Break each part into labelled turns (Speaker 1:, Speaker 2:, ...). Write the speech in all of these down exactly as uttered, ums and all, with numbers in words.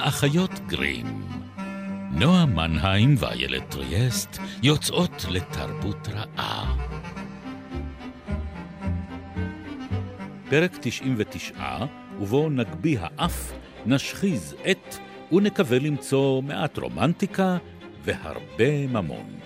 Speaker 1: האחיות גרים. נועה מנהיים ואיילת טריאסט יוצאות לתרבות רעה. פרק תשעים ותשע, ובו נגבי האף, נשחיז את ונקווה למצוא מעט רומנטיקה והרבה ממון.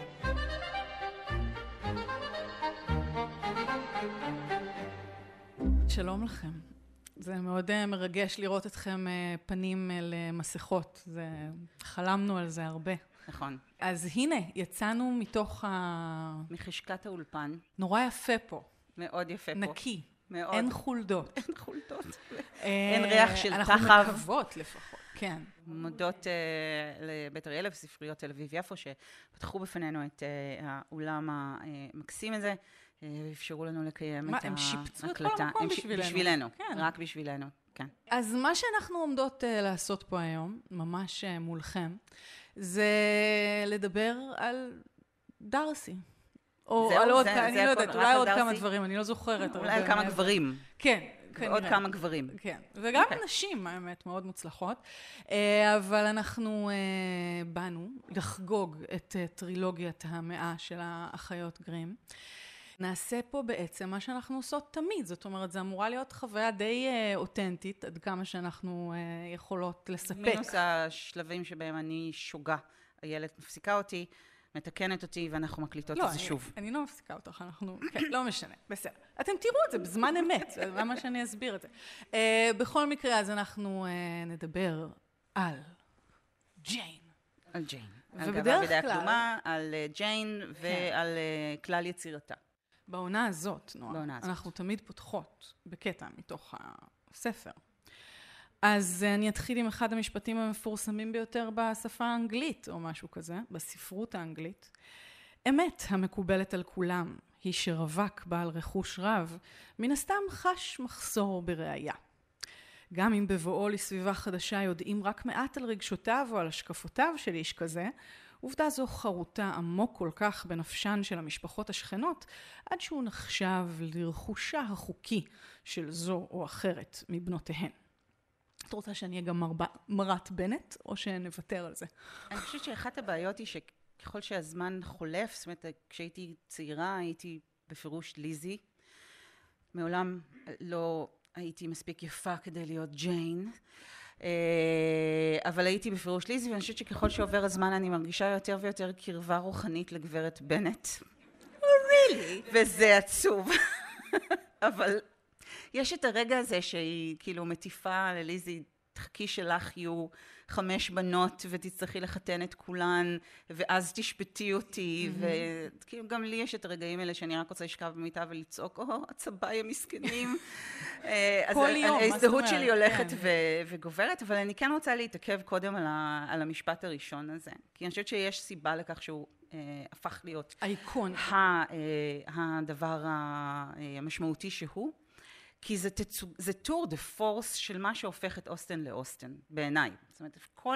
Speaker 2: שלום לכם. זה מאוד מרגש לראות אתכם פנים למסכות. זה, חלמנו על זה הרבה.
Speaker 3: נכון.
Speaker 2: אז הנה, יצאנו מתוך ה...
Speaker 3: מחשקת האולפן.
Speaker 2: נורא יפה פה.
Speaker 3: מאוד יפה פה.
Speaker 2: נקי.
Speaker 3: מאוד.
Speaker 2: אין חולדות.
Speaker 3: אין חולדות. אין ריח של תחב.
Speaker 2: אנחנו מקוות לפחות, כן.
Speaker 3: מודות לבית אריאלה וספריות תל אביב יפו, שפתחו בפנינו את האולם המקסים הזה, ואפשרו לנו לקיים את ההקלטה.
Speaker 2: מה, הם שיפצו את כל המקום בשבילנו?
Speaker 3: בשבילנו, רק בשבילנו, כן.
Speaker 2: אז מה שאנחנו עומדות לעשות פה היום, ממש מולכם, זה לדבר על דרסי. או על עוד, אני לא יודעת, אולי עוד כמה דברים, אני לא זוכרת.
Speaker 3: אולי על כמה גברים.
Speaker 2: כן, כנראה.
Speaker 3: עוד כמה גברים.
Speaker 2: כן, וגם נשים, האמת, מאוד מוצלחות. אבל אנחנו באנו לחגוג את טרילוגיית המאה של האחיות גרים. נעשה פה בעצם מה שאנחנו עושות תמיד, זאת אומרת, זו אמורה להיות חוויה די אותנטית, עד כמה שאנחנו יכולות לספק.
Speaker 3: מינוס השלבים שבהם אני שוגה, הילד מפסיקה אותי, מתקנת אותי, ואנחנו מקליטות את זה שוב.
Speaker 2: אני לא מפסיקה אותך, אנחנו, כן, לא משנה, בסדר. אתם תראו את זה בזמן אמת, למה שאני אסביר את זה. בכל מקרה, אז אנחנו נדבר על ג'יין.
Speaker 3: על ג'יין.
Speaker 2: ובדרך כלל...
Speaker 3: הקדומה, על ג'יין ועל כלל יצירתה.
Speaker 2: בעונה הזאת, נועה,
Speaker 3: בעונה הזאת.
Speaker 2: אנחנו תמיד פותחות בקטע מתוך הספר. אז אני אתחיל עם אחד המשפטים המפורסמים ביותר בשפה האנגלית, או משהו כזה, בספרות האנגלית. אמת המקובלת על כולם היא שרווק בעל רכוש רב, מן הסתם חש מחסור בראייה. גם אם בבואו לסביבה חדשה יודעים רק מעט על רגשותיו או על השקפותיו של איש כזה, עובדה זו חרוטה עמוק כל כך בנפשן של המשפחות השכנות, עד שהוא נחשב לרכושה החוקי של זו או אחרת מבנותיהן. את רוצה שאני אהיה גם מרב... מרת בנט, או שנוותר על זה?
Speaker 3: אני חושבת שאחת הבעיות היא שככל שהזמן חולף, זאת אומרת, כשהייתי צעירה הייתי בפירוש ליזי. מעולם לא הייתי מספיק יפה כדי להיות ג'יין. אבל הייתי בפירוש ליזי, ואני חושבת שככל שעובר הזמן אני מרגישה יותר ויותר קרבה רוחנית לגברת בנט.
Speaker 2: Oh, really?
Speaker 3: וזה עצוב. אבל יש את הרגע הזה שהיא כאילו מטיפה לליזי, תחכי שלך יהיו חמש בנות ותצטרכי לחתן את כולן, ואז תשפטי אותי, וכאילו גם לי יש את הרגעים האלה שאני רק רוצה לשכב במיטה ולצעוק, או, הצבאי המסכנים.
Speaker 2: כל יום,
Speaker 3: ההזדהות שלי הולכת וגוברת, אבל אני כן רוצה להתעכב קודם על המשפט הראשון הזה, כי אני חושבת שיש סיבה לכך שהוא הפך להיות
Speaker 2: אייקון.
Speaker 3: הדבר המשמעותי שהוא, כי זה, תצו, זה טור דה פורס של מה שהופך את אוסטן לאוסטן, בעיניי. זאת אומרת, כל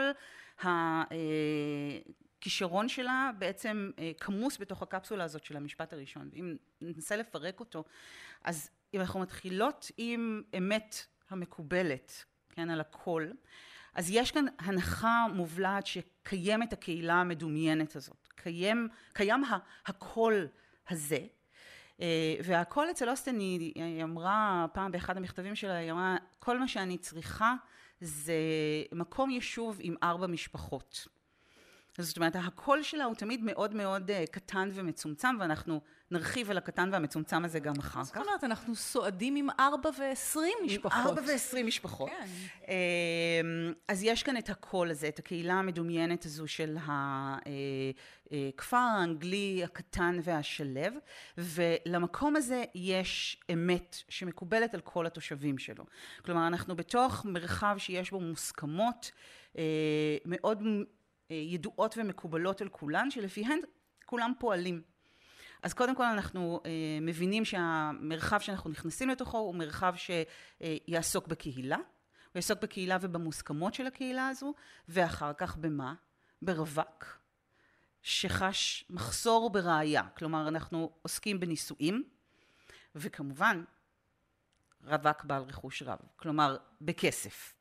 Speaker 3: הכישרון שלה בעצם כמוס בתוך הקפסולה הזאת של המשפט הראשון. אם ננסה לפרק אותו, אז אם אנחנו מתחילות עם אמת המקובלת, כן, על הכל, אז יש כאן הנחה מובלעת שקיימת הקהילה המדומיינת הזאת. קיים, קיים הכל הזה, והכל אצל אוסטן, היא אמרה פעם באחד המכתבים שלה, היא אמרה, כל מה שאני צריכה זה מקום יישוב עם ארבע משפחות. זאת אומרת, הקול שלה הוא תמיד מאוד מאוד קטן ומצומצם, ואנחנו נרחיב על הקטן והמצומצם הזה גם אחר כך.
Speaker 2: זאת אומרת, אנחנו סועדים עם ארבע ועשרים משפחות.
Speaker 3: עם ארבע ועשרים משפחות.
Speaker 2: כן.
Speaker 3: אז יש כאן את הקול הזה, את הקהילה המדומיינת הזו של הכפר האנגלי הקטן והשלב, ולמקום הזה יש אמת שמקובלת על כל התושבים שלו. כלומר, אנחנו בתוך מרחב שיש בו מוסכמות מאוד ידועות ומקובלות על כולן, שלפיהן כולם פועלים. אז קודם כל אנחנו אה, מבינים שהמרחב שאנחנו נכנסים לתוכו הוא מרחב שיעסוק בקהילה, הוא יעסוק בקהילה ובמוסכמות של הקהילה הזו, ואחר כך במה? ברווק, שחש מחסור בראייה. כלומר, אנחנו עוסקים בנישואים, וכמובן, רווק בעל רכוש רב, כלומר, בכסף.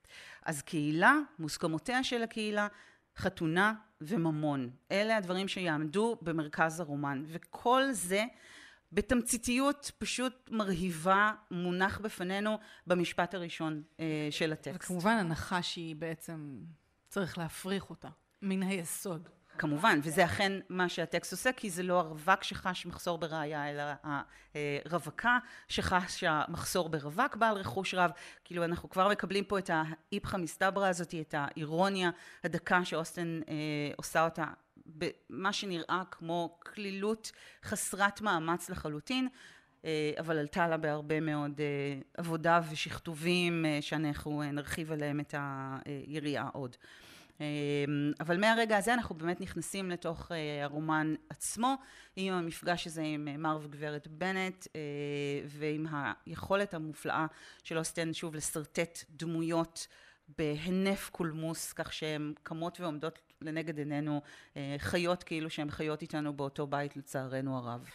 Speaker 3: אז קהילה, מוסכמותיה של הקהילה, חתונה וממון. אלה הדברים שיעמדו במרכז הרומן, וכל זה בתמציתיות פשוט מרהיבה מונח בפנינו במשפט הראשון אה, של הטקסט.
Speaker 2: וכמובן הנחה שהיא בעצם צריך להפריך אותה מן היסוד.
Speaker 3: כמובן, וזה אכן מה שהטקסט עושה, כי זה לא הרווק שחש מחסור בראיה, אלא הרווקה שחש מחסור ברווק בעל רכוש רב. כאילו אנחנו כבר מקבלים פה את האיפכא מסתברא הזאת, את האירוניה הדקה שאוסטן אה, עושה אותה, במה שנראה כמו כלילות חסרת מאמץ לחלוטין, אה, אבל עלתה לה בהרבה מאוד אה, עבודה ושכתובים אה, שאנחנו אה, נרחיב עליהם את היריעה עוד. אבל מהרגע הזה אנחנו באמת נכנסים לתוך הרומן עצמו, עם המפגש הזה עם מר וגברת בנט, ועם היכולת המופלאה של אוסטן שוב לסרטט דמויות בהנף קולמוס, כך שהן קמות ועומדות לנגד עינינו, חיות כאילו שהן חיות איתנו באותו בית לצערנו הרב.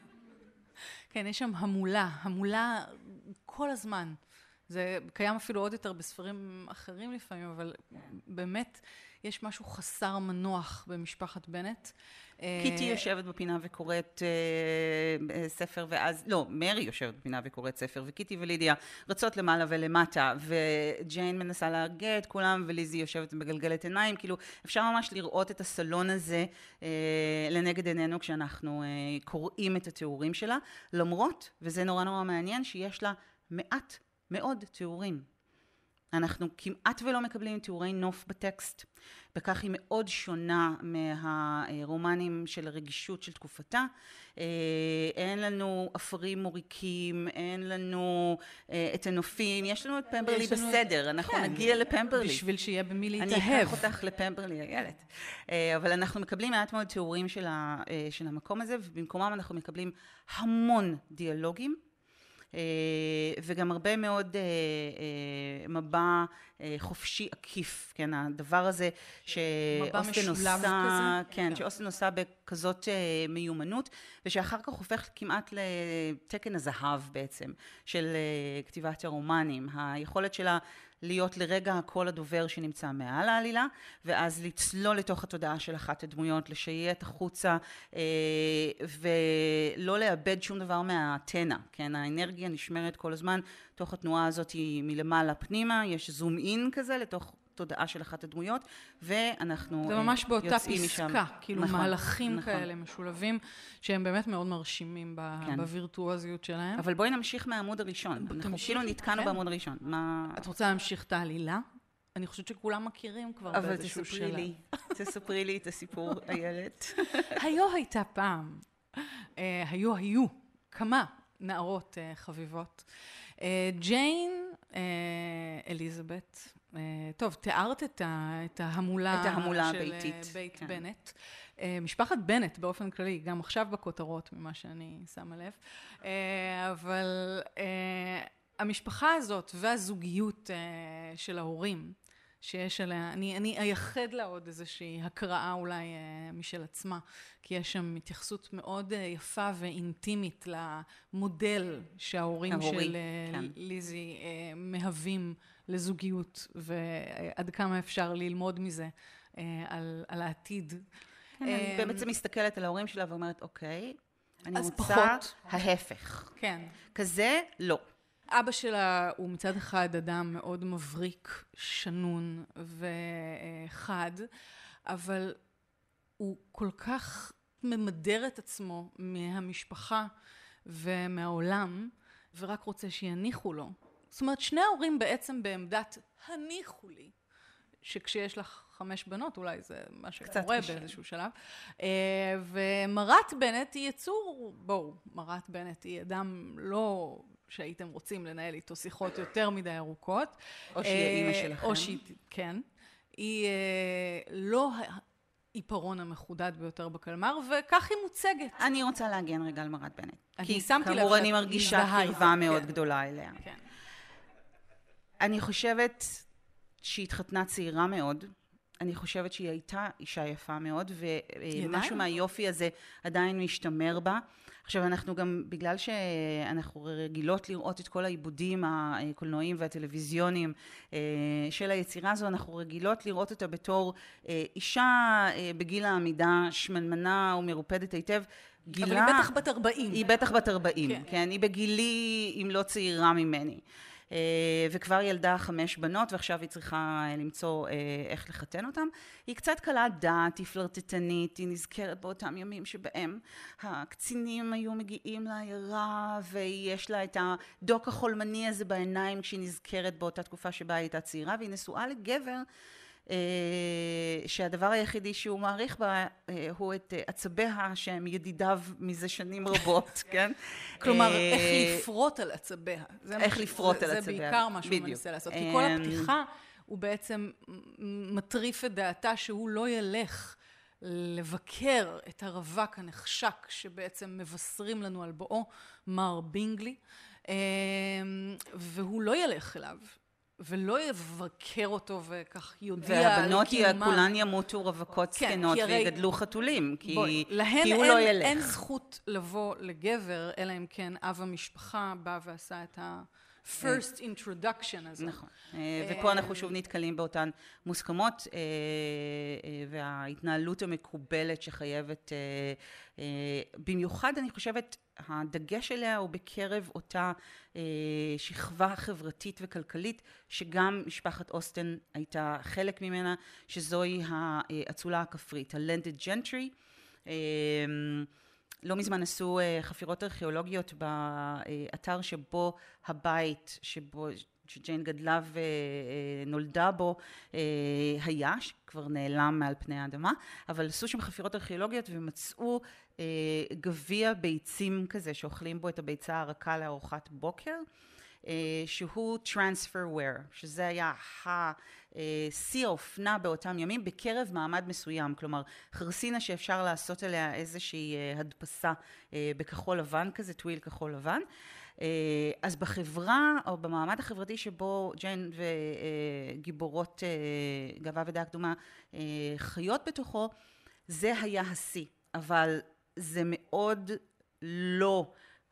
Speaker 2: כן, יש שם המולה, המולה כל הזמן. זה קיים אפילו עוד יותר בספרים אחרים לפעמים, אבל באמת יש משהו חסר מנוח במשפחת בנט.
Speaker 3: קיטי יושבת בפינה וקוראת אה, ספר, ואז, לא, מרי יושבת בפינה וקוראת ספר, וקיטי ולידיה רצות למעלה ולמטה, וג'יין מנסה להרגיע את כולם, וליזי יושבת מגלגלת עיניים, כאילו אפשר ממש לראות את הסלון הזה אה, לנגד עינינו כשאנחנו אה, קוראים את התיאורים שלה, למרות, וזה נורא נורא מעניין, שיש לה מעט מאוד תיאורים. אנחנו כמעט ולא מקבלים תיאורי נוף בטקסט, בכך היא מאוד שונה מהרומנים של הרגישות של תקופתה. אין לנו אפרים מוריקים, אין לנו את הנופים, יש לנו את פמברלי בסדר, אנחנו נגיע לפמברלי.
Speaker 2: בשביל שיהיה במי להתאהב.
Speaker 3: אני אקח אותך לפמברלי, איילת. אבל אנחנו מקבלים מעט מאוד תיאורים של המקום הזה, ובמקומם אנחנו מקבלים המון דיאלוגים, וגם הרבה מאוד מבע חופשי עקיף, כן, הדבר הזה שאוסטן עושה, כן, שאוסטן עושה בכזאת מיומנות, ושאחר כך הופך כמעט לתקן הזהב בעצם של כתיבת הרומנים, היכולת שלה להיות לרגע הקול הדובר שנמצא מעל העלילה, ואז לצלול לתוך התודעה של אחת הדמויות, לשייט החוצה, ולא לאבד שום דבר מהתנה, כן? האנרגיה נשמרת כל הזמן, תוך התנועה הזאת היא מלמעלה פנימה, יש זום אין כזה לתוך תודעה של אחת הדמויות, ואנחנו יוצאים משם.
Speaker 2: זה ממש באותה פסקה, כאילו מהלכים כאלה משולבים, שהם באמת מאוד מרשימים בווירטואוזיות שלהם.
Speaker 3: אבל בואי נמשיך מהעמוד הראשון. אנחנו כאילו נתקענו בעמוד הראשון.
Speaker 2: את רוצה להמשיך את העלילה? אני חושבת שכולם מכירים כבר באיזשהו שלב.
Speaker 3: אבל תספרי לי, תספרי לי את הסיפור, איילת.
Speaker 2: היו הייתה פעם, היו היו כמה נערות חביבות. ג'יין אליזבת, טוב, תיארת את, ה, את ההמולה,
Speaker 3: את ההמולה
Speaker 2: של
Speaker 3: הביתית.
Speaker 2: בית
Speaker 3: כן.
Speaker 2: בנט. משפחת בנט באופן כללי, גם עכשיו בכותרות ממה שאני שמה לב, אבל המשפחה הזאת והזוגיות של ההורים שיש עליה, אני, אני אייחד לה עוד איזושהי הקראה אולי משל עצמה, כי יש שם התייחסות מאוד יפה ואינטימית למודל שההורים ההורי, של כן. ליזי מהווים לזוגיות, ועד כמה אפשר ללמוד מזה על, על העתיד.
Speaker 3: כן, אני בעצם מסתכלת על ההורים שלה ואומרת, אוקיי, אני רוצה
Speaker 2: פחות.
Speaker 3: ההפך.
Speaker 2: כן.
Speaker 3: כזה, לא.
Speaker 2: אבא שלה הוא מצד אחד אדם מאוד מבריק, שנון וחד, אבל הוא כל כך ממדר את עצמו מהמשפחה ומהעולם, ורק רוצה שיניחו לו. זאת אומרת, שני ההורים בעצם בעמדת הניחו לי, שכשיש לך חמש בנות, אולי זה מה שקורה באיזשהו שלב. ומרת בנט היא יצור, בואו, מרת בנט היא אדם לא שהייתם רוצים לנהל איתו שיחות יותר מדי ארוכות.
Speaker 3: או שהיא האמא שלכם.
Speaker 2: או שהיא, כן. היא לא העיפרון המחודד ביותר בקלמר, וכך היא מוצגת.
Speaker 3: אני רוצה להגן רגע על מרת בנט.
Speaker 2: כי
Speaker 3: כאמור אני מרגישה קרבה מאוד גדולה אליה.
Speaker 2: כן.
Speaker 3: אני חושבת שהיא התחתנה צעירה מאוד, אני חושבת שהיא הייתה אישה יפה מאוד, ומשהו מהיופי הזה עדיין משתמר בה. עכשיו אנחנו גם, בגלל שאנחנו רגילות לראות את כל העיבודים הקולנועיים והטלוויזיוניים של היצירה הזו, אנחנו רגילות לראות אותה בתור אישה בגיל העמידה, שמנמנה ומרופדת היטב.
Speaker 2: גילה, אבל היא בטח בת ארבעים.
Speaker 3: היא בטח בת ארבעים, כן. כן, היא בגילי, אם לא צעירה ממני. וכבר ילדה חמש בנות, ועכשיו היא צריכה למצוא איך לחתן אותם. היא קצת קלה דעת, היא פלרטטנית, היא נזכרת באותם ימים שבהם הקצינים היו מגיעים לעיירה, ויש לה את הדוק החולמני הזה בעיניים כשהיא נזכרת באותה תקופה שבה היא הייתה צעירה, והיא נשואה לגבר, שהדבר היחידי שהוא מעריך בה הוא את עצביה שהם ידידיו מזה שנים רבות, כן?
Speaker 2: כלומר, איך לפרוט על עצביה.
Speaker 3: איך לפרוט על עצביה.
Speaker 2: זה בעיקר מה שהוא מנסה לעשות. כי כל הפתיחה הוא בעצם מטריף את דעתה שהוא לא ילך לבקר את הרווק הנחשק שבעצם מבשרים לנו על בואו, מר בינגלי, והוא לא ילך אליו. ולא יבקר אותו וכך יודיע
Speaker 3: והבנות כולן ימותו רווקות זקנות ויגדלו חתולים, כי הוא לא ילך.
Speaker 2: אין זכות לבוא לגבר, אלא אם כן אב המשפחה בא ועשה את ה-first introduction הזה.
Speaker 3: נכון. ופה אנחנו שוב נתקלים באותן מוסכמות, וההתנהלות המקובלת שחייבת, במיוחד אני חושבת, הדגש אליה הוא בקרב אותה שכבה חברתית וכלכלית, שגם משפחת אוסטן הייתה חלק ממנה, שזוהי האצולה הכפרית, ה-landed gentry. לא מזמן עשו חפירות ארכיאולוגיות באתר שבו הבית, שבו שג'יין גדלה ונולדה בו היה, שכבר נעלם מעל פני האדמה, אבל עשו שם חפירות ארכיאולוגיות ומצאו גביע ביצים כזה, שאוכלים בו את הביצה הרכה לארוחת בוקר, שהוא transfer wear, שזה היה השיא האופנה באותם ימים בקרב מעמד מסוים, כלומר חרסינה שאפשר לעשות עליה איזושהי הדפסה בכחול לבן כזה, טוויל כחול לבן. אז בחברה או במעמד החברתי שבו ג'יין וגיבורות גאווה ודעה קדומה חיות בתוכו, זה היה השיא, אבל זה מאוד לא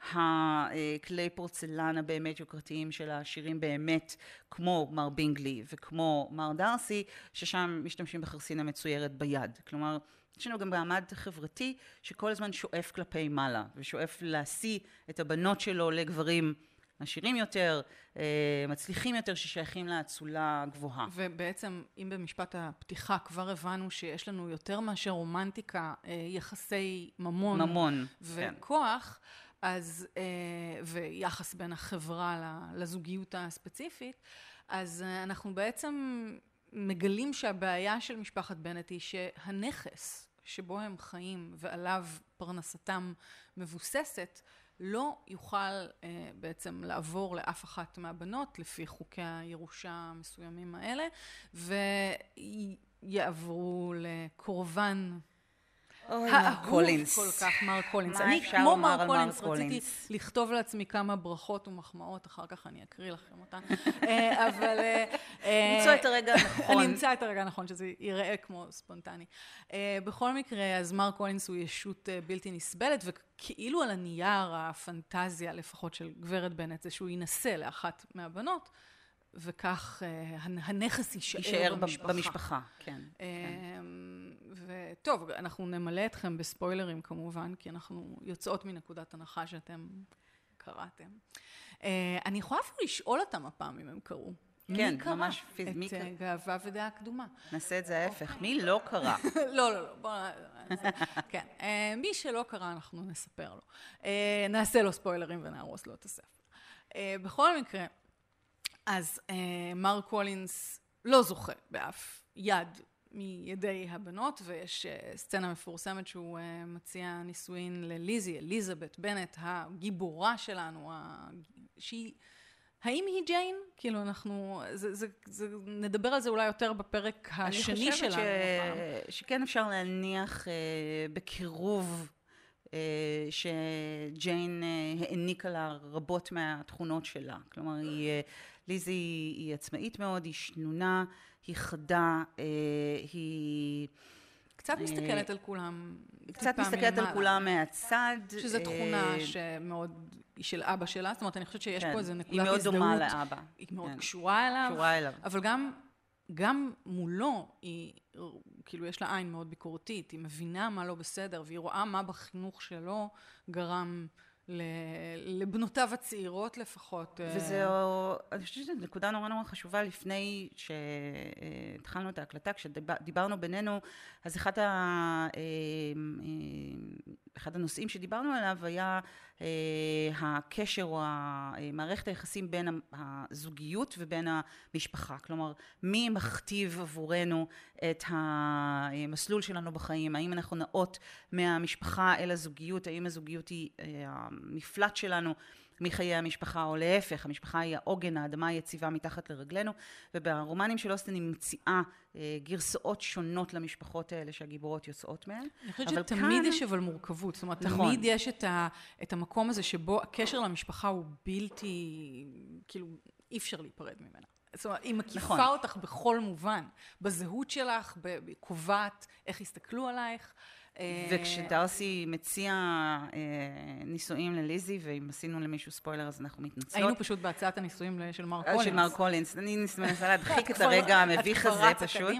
Speaker 3: הכלי פורצלן הבאמת יוקרתיים של השירים באמת, כמו מר בינגלי וכמו מר דארסי, ששם משתמשים בחרסינה מצוירת ביד. כלומר, יש לנו גם מעמד חברתי שכל הזמן שואף כלפי מעלה, ושואף להשיא את הבנות שלו לגברים עשירים יותר, מצליחים יותר, ששייכים לאצולה גבוהה.
Speaker 2: ובעצם, אם במשפט הפתיחה כבר הבנו שיש לנו יותר מאשר רומנטיקה, יחסי ממון,
Speaker 3: ממון
Speaker 2: וכוח, כן. אז, ויחס בין החברה לזוגיות הספציפית, אז אנחנו בעצם מגלים שהבעיה של משפחת בנט היא שהנכס שבו הם חיים ועליו פרנסתם מבוססת, לא יוכל אה, בעצם לעבור לאף אחת מהבנות לפי חוקי הירושה המסוימים האלה, ויעברו לקורבן האהוב כל כך, מר קולינס. אני כמו מר קולינס רציתי לכתוב לעצמי כמה ברכות ומחמאות, אחר כך אני אקריא לכם אותן. אבל
Speaker 3: נמצא את הרגע הנכון.
Speaker 2: אני אמצא את הרגע הנכון, שזה ייראה כמו ספונטני. בכל מקרה, אז מר קולינס הוא ישות בלתי נסבלת, וכאילו על הנייר הפנטזיה, לפחות של גברת בנט, זה שהוא ינסה לאחת מהבנות, וכך הנכס יישאר במשפחה.
Speaker 3: במשפחה, כן.
Speaker 2: וטוב, אנחנו נמלא אתכם בספוילרים כמובן, כי אנחנו יוצאות מנקודת הנחה שאתם קראתם. אני יכולה אפילו לשאול אותם הפעם אם הם קראו.
Speaker 3: כן,
Speaker 2: מי קרא
Speaker 3: ממש
Speaker 2: פיז... את גאווה ודעה קדומה?
Speaker 3: נעשה את זה ההפך. מי לא קרא?
Speaker 2: לא, לא, לא. בוא... כן. מי שלא קרא, אנחנו נספר לו. נעשה לו ספוילרים ונהרוס לו את הספר. בכל מקרה, אז מר קולינס לא זוכה באף יד מידי הבנות, ויש סצנה מפורסמת שהוא מציע נישואין לליזי, אליזבת בנט, הגיבורה שלנו, שהיא... האם היא ג'יין? כאילו אנחנו, זה, זה, זה, נדבר על זה אולי יותר בפרק השני שלנו.
Speaker 3: אני חושבת ש... שכן אפשר להניח אה, בקירוב אה, שג'יין אה, העניקה לה רבות מהתכונות שלה. כלומר, היא אה, ליזי היא, היא עצמאית מאוד, היא שנונה, היא חדה, היא...
Speaker 2: קצת מסתכלת על כולם.
Speaker 3: קצת מסתכלת על כולם מהצד.
Speaker 2: שזו תכונה שמאוד, היא של אבא שלה, זאת אומרת, אני חושבת שיש פה איזו נקודת
Speaker 3: הזדהות.
Speaker 2: היא
Speaker 3: מאוד דומה לאבא.
Speaker 2: היא מאוד קשורה אליו.
Speaker 3: קשורה אליו.
Speaker 2: אבל גם, גם מולו, היא, כאילו, יש לה עין מאוד ביקורתית, היא מבינה מה לא בסדר, והיא רואה מה בחינוך שלו גרם לבנותיו הצעירות לפחות.
Speaker 3: וזהו, אני חושבת שזו נקודה נורא נורא חשובה לפני שהתחלנו את ההקלטה, כשדיברנו בינינו, אז אחד, ה, אחד הנושאים שדיברנו עליו היה הקשר או מערכת היחסים בין הזוגיות ובין המשפחה. כלומר, מי מכתיב עבורנו את המסלול שלנו בחיים? האם אנחנו נעות מהמשפחה אל הזוגיות? האם הזוגיות היא המפלט שלנו מחיי המשפחה, או להפך, המשפחה היא העוגן, האדמה היציבה מתחת לרגלינו, וברומנים של אוסטן היא מציעה אה, גרסאות שונות למשפחות האלה שהגיבורות יוצאות מהן.
Speaker 2: אני חושבת שתמיד כאן... יש אבל מורכבות, זאת אומרת, נכון. תמיד יש את, ה, את המקום הזה שבו הקשר למשפחה הוא בלתי, כאילו, אי אפשר להיפרד ממנה. זאת אומרת, היא מקיפה נכון. אותך בכל מובן, בזהות שלך, בקובעת, איך הסתכלו עלייך,
Speaker 3: וכשדרסי מציע נישואים לליזי, ואם עשינו למישהו ספוילר אז אנחנו מתנצלות.
Speaker 2: היינו פשוט בהצעת הנישואים של מרק קולינס.
Speaker 3: של מרק קולינס. אני מנסה להדחיק את הרגע המביך הזה פשוט.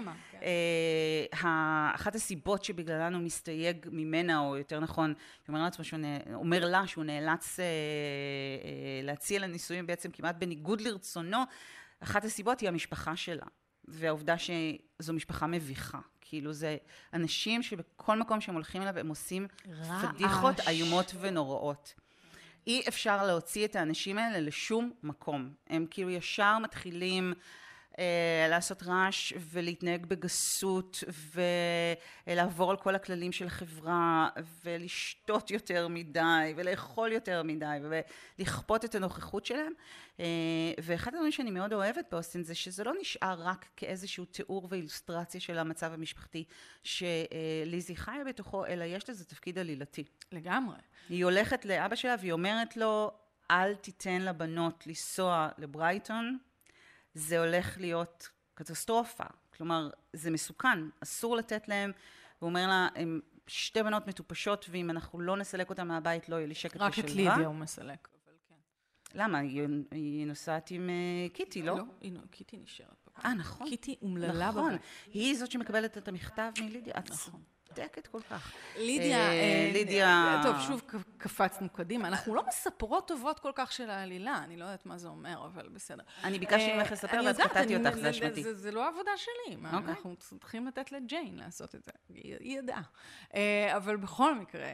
Speaker 3: אחת הסיבות שבגללן הוא מסתייג ממנה, או יותר נכון, אומר לה שהוא נאלץ להציע לנישואים בעצם כמעט בניגוד לרצונו, אחת הסיבות היא המשפחה שלה. והעובדה שזו משפחה מביכה. כאילו זה אנשים שבכל מקום שהם הולכים אליו הם עושים פדיחות איומות ונוראות. אי אפשר להוציא את האנשים האלה לשום מקום. הם כאילו ישר מתחילים אה, לעשות רעש ולהתנהג בגסות ולעבור על כל הכללים של החברה ולשתות יותר מדי ולאכול יותר מדי ולכפות את הנוכחות שלהם. ואחד הדברים שאני מאוד אוהבת באוסטין זה שזה לא נשאר רק כאיזשהו תיאור ואילוסטרציה של המצב המשפחתי שליזי חיה בתוכו, אלא יש לזה תפקיד עלילתי.
Speaker 2: לגמרי.
Speaker 3: היא הולכת לאבא שלה והיא אומרת לו, אל תיתן לבנות לנסוע לברייטון, זה הולך להיות קטסטרופה. כלומר, זה מסוכן, אסור לתת להם, והוא אומר לה, הם שתי בנות מטופשות, ואם אנחנו לא נסלק אותם מהבית, לא יהיה לי שקט ושלווה.
Speaker 2: רק את לידיה הוא מסלק.
Speaker 3: למה? היא נוסעת עם קיטי, לא?
Speaker 2: לא, קיטי נשארת פה.
Speaker 3: אה, נכון.
Speaker 2: קיטי אומללה בבית.
Speaker 3: נכון, היא זאת שמקבלת את המכתב מלידיה.
Speaker 2: נכון.
Speaker 3: צודקת כל כך.
Speaker 2: לידיה,
Speaker 3: לידיה...
Speaker 2: טוב, שוב קפצנו קדימה. אנחנו לא מספרות טובות כל כך של העלילה. אני לא יודעת מה זה אומר, אבל בסדר.
Speaker 3: אני ביקשתי ממך לספר, ואז קטעתי אותך, זה אשמתי.
Speaker 2: זה לא העבודה שלי. אנחנו צריכים לתת לג'יין לעשות את זה. היא ידעה. אבל בכל מקרה,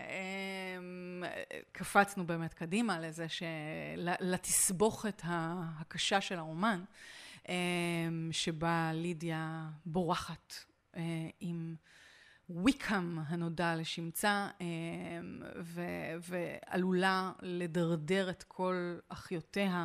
Speaker 2: קפצנו באמת קדימה לזה לתסבוכת הקשה של הרומן, שבה לידיה בורחת עם ויקאם הנודע לשמצה, ו- ועלולה לדרדר את כל אחיותיה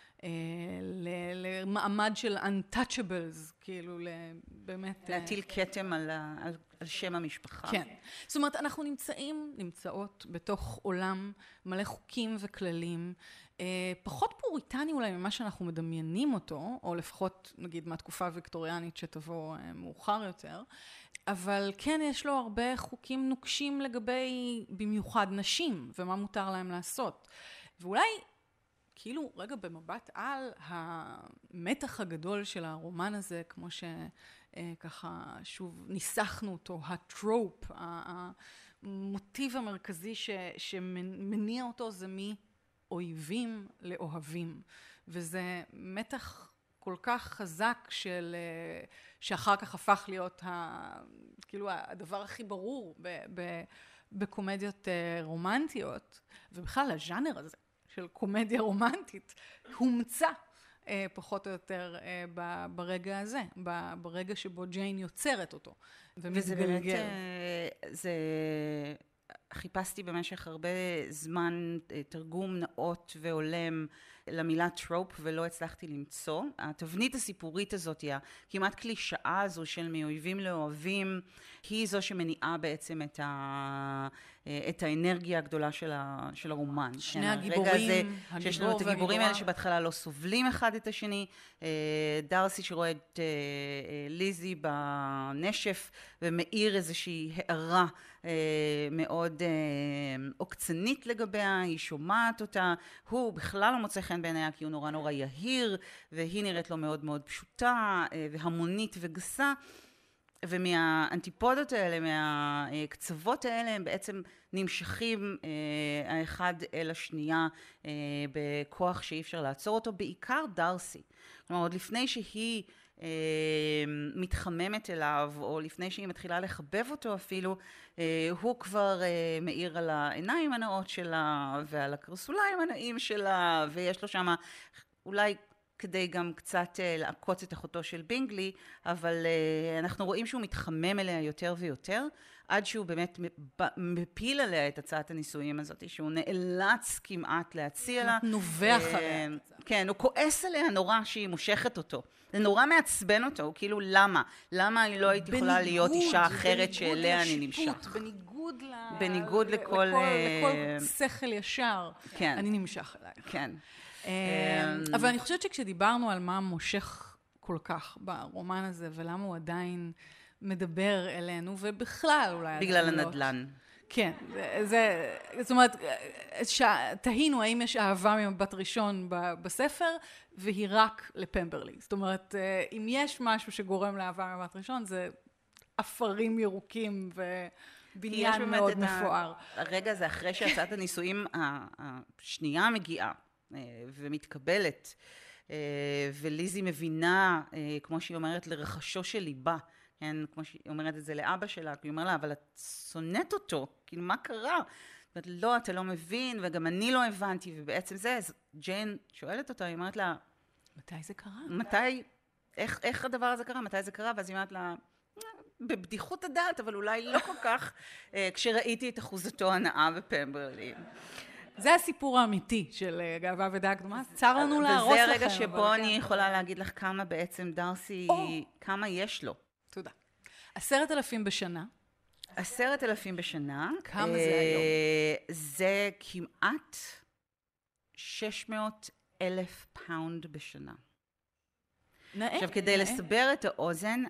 Speaker 2: למעמד של untouchables, כאילו באמת...
Speaker 3: להטיל כתם על, על, על שם המשפחה.
Speaker 2: כן. זאת אומרת, אנחנו נמצאים, נמצאות בתוך עולם מלא חוקים וכללים, פחות פוריטני אולי ממה שאנחנו מדמיינים אותו, או לפחות נגיד מהתקופה הוויקטוריאנית שתבוא מאוחר יותר, אבל כן יש לו הרבה חוקים נוקשים לגבי במיוחד נשים, ומה מותר להם לעשות. ואולי, כאילו רגע במבט על המתח הגדול של הרומן הזה, כמו שככה שוב ניסחנו אותו, הטרופ, המוטיב המרכזי ש, שמניע אותו זה מאויבים לאוהבים. וזה מתח כל כך חזק של, שאחר כך הפך להיות ה, כאילו הדבר הכי ברור ב, ב, בקומדיות רומנטיות, ובכלל הז'אנר הזה של קומדיה רומנטית הומצא פחות או יותר ברגע הזה, ברגע שבו ג'יין יוצרת אותו
Speaker 3: וזה באמת, זה... חיפשתי במשך הרבה זמן תרגום נאות והולם למילה טרופ ולא הצלחתי למצוא. התבנית הסיפורית הזאת, היא כמעט קלישאה הזו של מאויבים לאוהבים, היא זו שמניעה בעצם את, ה... את האנרגיה הגדולה של, ה... של הרומן.
Speaker 2: שני
Speaker 3: כן,
Speaker 2: הגיבורים,
Speaker 3: הגיבור שיש לנו את הגיבורים האלה שבהתחלה לא סובלים אחד את השני. דארסי שרואה את ליזי בנשף ומאיר איזושהי הערה מאוד עוקצנית לגביה, היא שומעת אותה, הוא בכלל לא מוצא חן בעיניה כי הוא נורא נורא יהיר, והיא נראית לו מאוד מאוד פשוטה והמונית וגסה, ומהאנטיפודות האלה, מהקצוות האלה, הם בעצם נמשכים האחד אל השנייה בכוח שאי אפשר לעצור אותו, בעיקר דארסי. כלומר, עוד לפני שהיא מתחממת אליו, או לפני שהיא מתחילה לחבב אותו אפילו, הוא כבר מאיר על העיניים הנאות שלה, ועל הקרסוליים הנאים שלה, ויש לו שם אולי כדי גם קצת לעקוץ את אחותו של בינגלי, אבל אנחנו רואים שהוא מתחמם אליה יותר ויותר, עד שהוא באמת מפיל עליה את הצעת הנישואים הזאת, שהוא נאלץ כמעט להציע לה.
Speaker 2: נובח עליה.
Speaker 3: כן, הוא כועס עליה נורא שהיא מושכת אותו. זה נורא מעצבן אותו, הוא כאילו למה? למה אני לא הייתי יכולה להיות אישה אחרת שאליה אני נמשך?
Speaker 2: בניגוד ל...
Speaker 3: בניגוד לכל...
Speaker 2: לכל שכל ישר.
Speaker 3: כן.
Speaker 2: אני נמשך אלייך.
Speaker 3: כן.
Speaker 2: אבל אני חושבת שכשדיברנו על מה מושך כל כך ברומן הזה, ולמה הוא עדיין מדבר אלינו, ובכלל אולי...
Speaker 3: בגלל הנדלן.
Speaker 2: כן, זה, זאת אומרת, תהינו האם יש אהבה ממבט ראשון בספר, והיא רק לפמברלי. זאת אומרת, אם יש משהו שגורם לאהבה ממבט ראשון, זה אפרים ירוקים ובניין מאוד מפואר.
Speaker 3: הרגע הזה, אחרי שהצעת הנישואים השנייה מגיעה, ומתקבלת, וליזי מבינה, כמו שהיא אומרת, לרחשו של ליבה, כן, כמו שהיא אומרת את זה לאבא שלה, היא אומרת לה, אבל את שונאת אותו, כאילו, מה קרה? ואת לא, אתה לא מבין, וגם אני לא הבנתי, ובעצם זה, אז ג'יין שואלת אותה, היא אומרת לה,
Speaker 2: מתי זה קרה?
Speaker 3: מתי, איך, איך הדבר הזה קרה? מתי זה קרה? ואז היא אומרת לה, בבדיחות הדעת, אבל אולי לא כל כך, כשראיתי את אחוזתו הנאה בפמברלי.
Speaker 2: זה הסיפור האמיתי של גאווה ודעה קדומה, צר לנו להרוס לכם.
Speaker 3: וזה הרגע שבו אני יכולה להגיד לך כמה בעצם דארסי, כמה יש לו.
Speaker 2: תודה. עשרת אלפים בשנה.
Speaker 3: עשרת אלפים בשנה.
Speaker 2: כמה זה היום?
Speaker 3: זה כמעט שש מאות אלף פאונד בשנה.
Speaker 2: נאה.
Speaker 3: עכשיו, כדי לסבר את האוזן,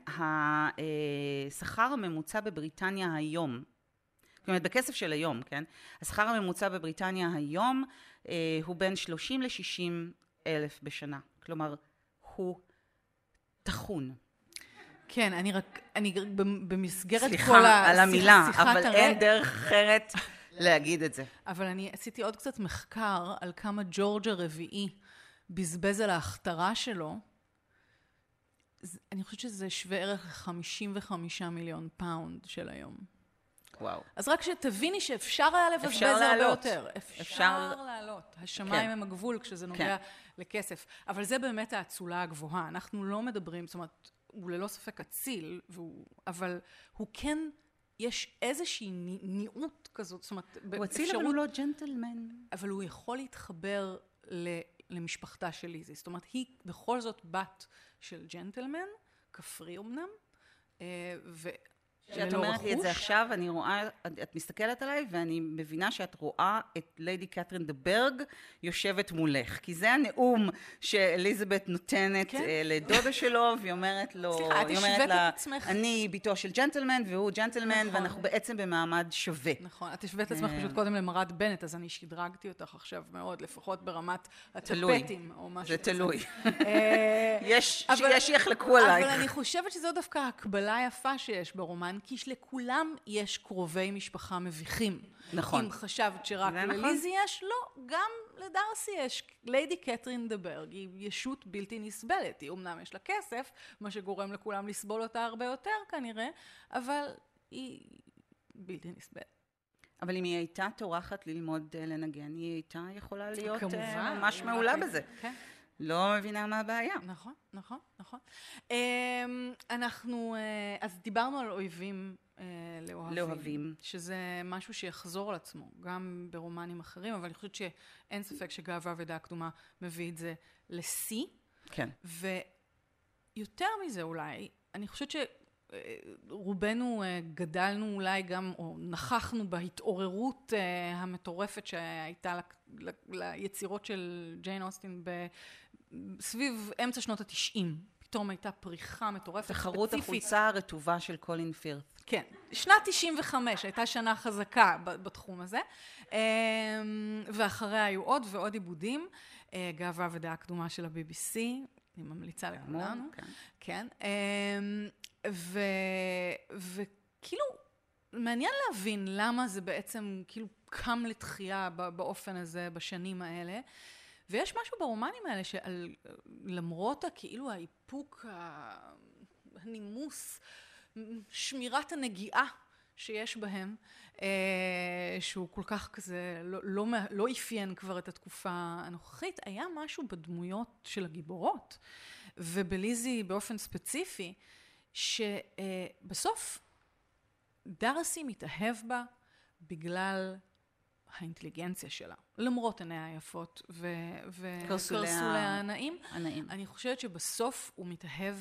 Speaker 3: השכר הממוצע בבריטניה היום, זאת אומרת, בכסף של היום, כן? השכר הממוצע בבריטניה היום אה, הוא בין שלושים לשישים אלף בשנה. כלומר, הוא תחון.
Speaker 2: כן, אני רק, אני במסגרת
Speaker 3: סליחה
Speaker 2: כל
Speaker 3: ה... על המילה, אבל
Speaker 2: הר...
Speaker 3: אין דרך אחרת להגיד את זה.
Speaker 2: אבל אני עשיתי עוד קצת מחקר על כמה ג'ורג' הרביעי בזבז על ההכתרה שלו. אני חושבת שזה שווה ערך חמישים וחמישה מיליון פאונד של היום.
Speaker 3: וואו.
Speaker 2: אז רק שתביני שאפשר היה לבזבז הרבה יותר. אפשר, אפשר לעלות. השמיים כן. הם הגבול כשזה נוגע כן. לכסף. אבל זה באמת האצולה הגבוהה. אנחנו לא מדברים, זאת אומרת, הוא ללא ספק אציל, והוא, אבל הוא כן, יש איזושהי ניעות כזאת, זאת אומרת,
Speaker 3: הוא אציל אבל הוא לא ג'נטלמן.
Speaker 2: אבל הוא יכול להתחבר למשפחתה של ליזי. זאת אומרת, היא בכל זאת בת של ג'נטלמן, כפרי אמנם, ו...
Speaker 3: כשאת אומרת לי את זה עכשיו, אני רואה, את מסתכלת עליי, ואני מבינה שאת רואה את ליידי קתרין דה ברג יושבת מולך. כי זה הנאום שאליזבת נותנת כן? לדודה שלו, והיא אומרת לו,
Speaker 2: סליחה, את השווית את עצמך.
Speaker 3: אני ביתו של ג'נטלמן, והוא ג'נטלמן, נכון. ואנחנו בעצם במעמד שווה.
Speaker 2: נכון, את השווית את עצמך פשוט קודם למרת בנט, אז אני שדרגתי אותך עכשיו מאוד, לפחות ברמת הטפטים, או משהו.
Speaker 3: זה תלוי. יש שיחלקו עלייך.
Speaker 2: אבל אני חושבת שזו דווקא הקבלה יפה שיש ברומן, כי לכולם יש קרובי משפחה מביכים.
Speaker 3: נכון.
Speaker 2: אם חשבת שרק לליזי נכון. יש, לא, גם לדארסי יש. ליידי קתרין דה ברג היא ישות בלתי נסבלת. היא אמנם יש לה כסף, מה שגורם לכולם לסבול אותה הרבה יותר כנראה, אבל היא בלתי נסבלת.
Speaker 3: אבל אם היא הייתה טורחת ללמוד לנגן, היא הייתה יכולה להיות
Speaker 2: כמובן,
Speaker 3: ממש מעולה בזה.
Speaker 2: כן.
Speaker 3: לא מבינה מה הבעיה.
Speaker 2: נכון, נכון, נכון. אנחנו, אז דיברנו על אויבים לאוהבים.
Speaker 3: לאוהבים.
Speaker 2: שזה משהו שיחזור על עצמו, גם ברומנים אחרים, אבל אני חושבת שאין ספק שגאווה ודעה קדומה מביא את זה לשיא.
Speaker 3: כן.
Speaker 2: ויותר מזה אולי, אני חושבת שרובנו גדלנו אולי גם, או נכחנו בהתעוררות המטורפת שהייתה ליצירות של ג'יין אוסטין סביב אמצע שנות התשעים. פתאום הייתה פריחה מטורפת ספציפית.
Speaker 3: תחרות החולצה הרטובה של קולין פירת.
Speaker 2: כן. שנת תשעים וחמש הייתה שנה חזקה בתחום הזה, ואחריה היו עוד ועוד עיבודים. גאווה ודעה קדומה של ה-בי בי סי, אני ממליצה לכולנו. כן. וכאילו, מעניין להבין למה זה בעצם כאילו קם לתחייה באופן הזה בשנים האלה. ויש משהו ברומנים האלה שלמרות כאילו האיפוק, הנימוס, שמירת הנגיעה שיש בהם, שהוא כל כך כזה לא, לא, לא אפיין כבר את התקופה הנוכחית, היה משהו בדמויות של הגיבורות, ובליזי באופן ספציפי, שבסוף דארסי מתאהב בה בגלל האינטליגנציה שלה, למרות עיניה היפות וקרסוליה הנעים. אני חושבת שבסוף הוא מתאהב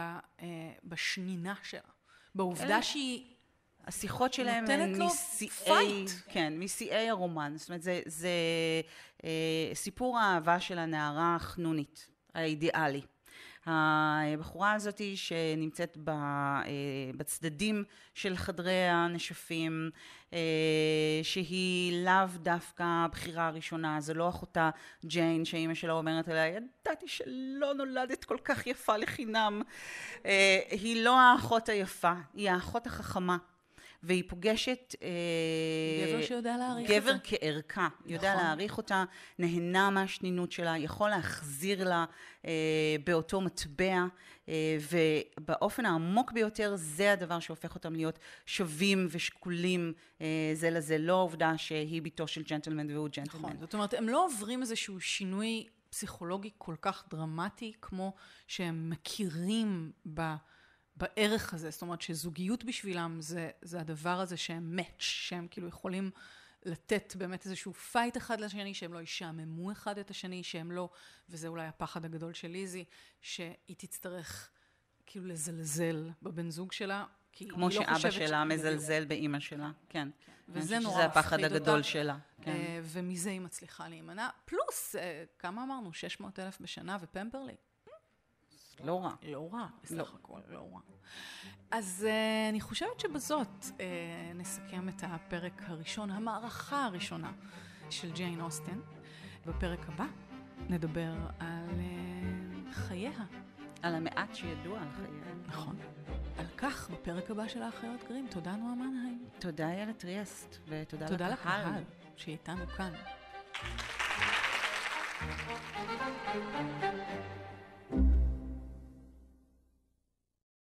Speaker 2: בשנינה שלה, בעובדה שהיא
Speaker 3: השיחות שלהם
Speaker 2: נותנת לו פייט.
Speaker 3: כן, משיאי הרומן. זאת אומרת, זה, זה אה, סיפור האהבה של הנערה החנונית, האידיאלי. הבחורה הזאת שנמצאת ב, אה, בצדדים של חדרי הנשפים, אה, שהיא לאו דווקא הבחירה הראשונה, זו לא אחותה ג'יין שאימא שלה אומרת אליה, ידעתי שלא נולדת כל כך יפה לחינם. אה, היא לא האחות היפה, היא האחות החכמה. והיא פוגשת
Speaker 2: גבר שיודע להעריך
Speaker 3: גבר אותה. כערכה, יודע נכון. להעריך אותה, נהנה מהשנינות שלה, יכול להחזיר לה אה, באותו מטבע, אה, ובאופן העמוק ביותר זה הדבר שהופך אותם להיות שווים ושקולים אה, זה לזה, לא העובדה שהיא ביתו של ג'נטלמן והוא ג'נטלמן.
Speaker 2: נכון, זאת אומרת, הם לא עוברים איזשהו שינוי פסיכולוגי כל כך דרמטי, כמו שהם מכירים ב... בערך הזה, זאת אומרת שזוגיות בשבילם זה, זה הדבר הזה שהם match, שהם כאילו יכולים לתת באמת איזשהו פייט אחד לשני, שהם לא ישעממו אחד את השני, שהם לא, וזה אולי הפחד הגדול של ליזי, שהיא תצטרך כאילו לזלזל בבן זוג שלה, כי
Speaker 3: כמו
Speaker 2: היא לא
Speaker 3: שאבא
Speaker 2: חושבת
Speaker 3: שלה מזלזל באמא שלה, כן.
Speaker 2: כן. וזה נורא
Speaker 3: שזה הפחד
Speaker 2: מפחיד
Speaker 3: הגדול
Speaker 2: אותה,
Speaker 3: שלה. כן.
Speaker 2: ומזה היא מצליחה להימנע, פלוס, כמה אמרנו? שש מאות אלף בשנה ופמפרלי.
Speaker 3: לא רע.
Speaker 2: לא רע, בסך הכל, לא רע. אז uh, אני חושבת שבזאת uh, נסכם את הפרק הראשון, המערכה הראשונה של ג'יין אוסטן. בפרק הבא נדבר על uh, חייה.
Speaker 3: על המעט שידוע על חייה.
Speaker 2: נכון. על כך בפרק הבא של האחיות גרים. תודה נועה מנהיים.
Speaker 3: תודה יאללה טריאסט, ותודה
Speaker 2: תודה
Speaker 3: לקהל.
Speaker 2: תודה לקהל שאיתנו כאן.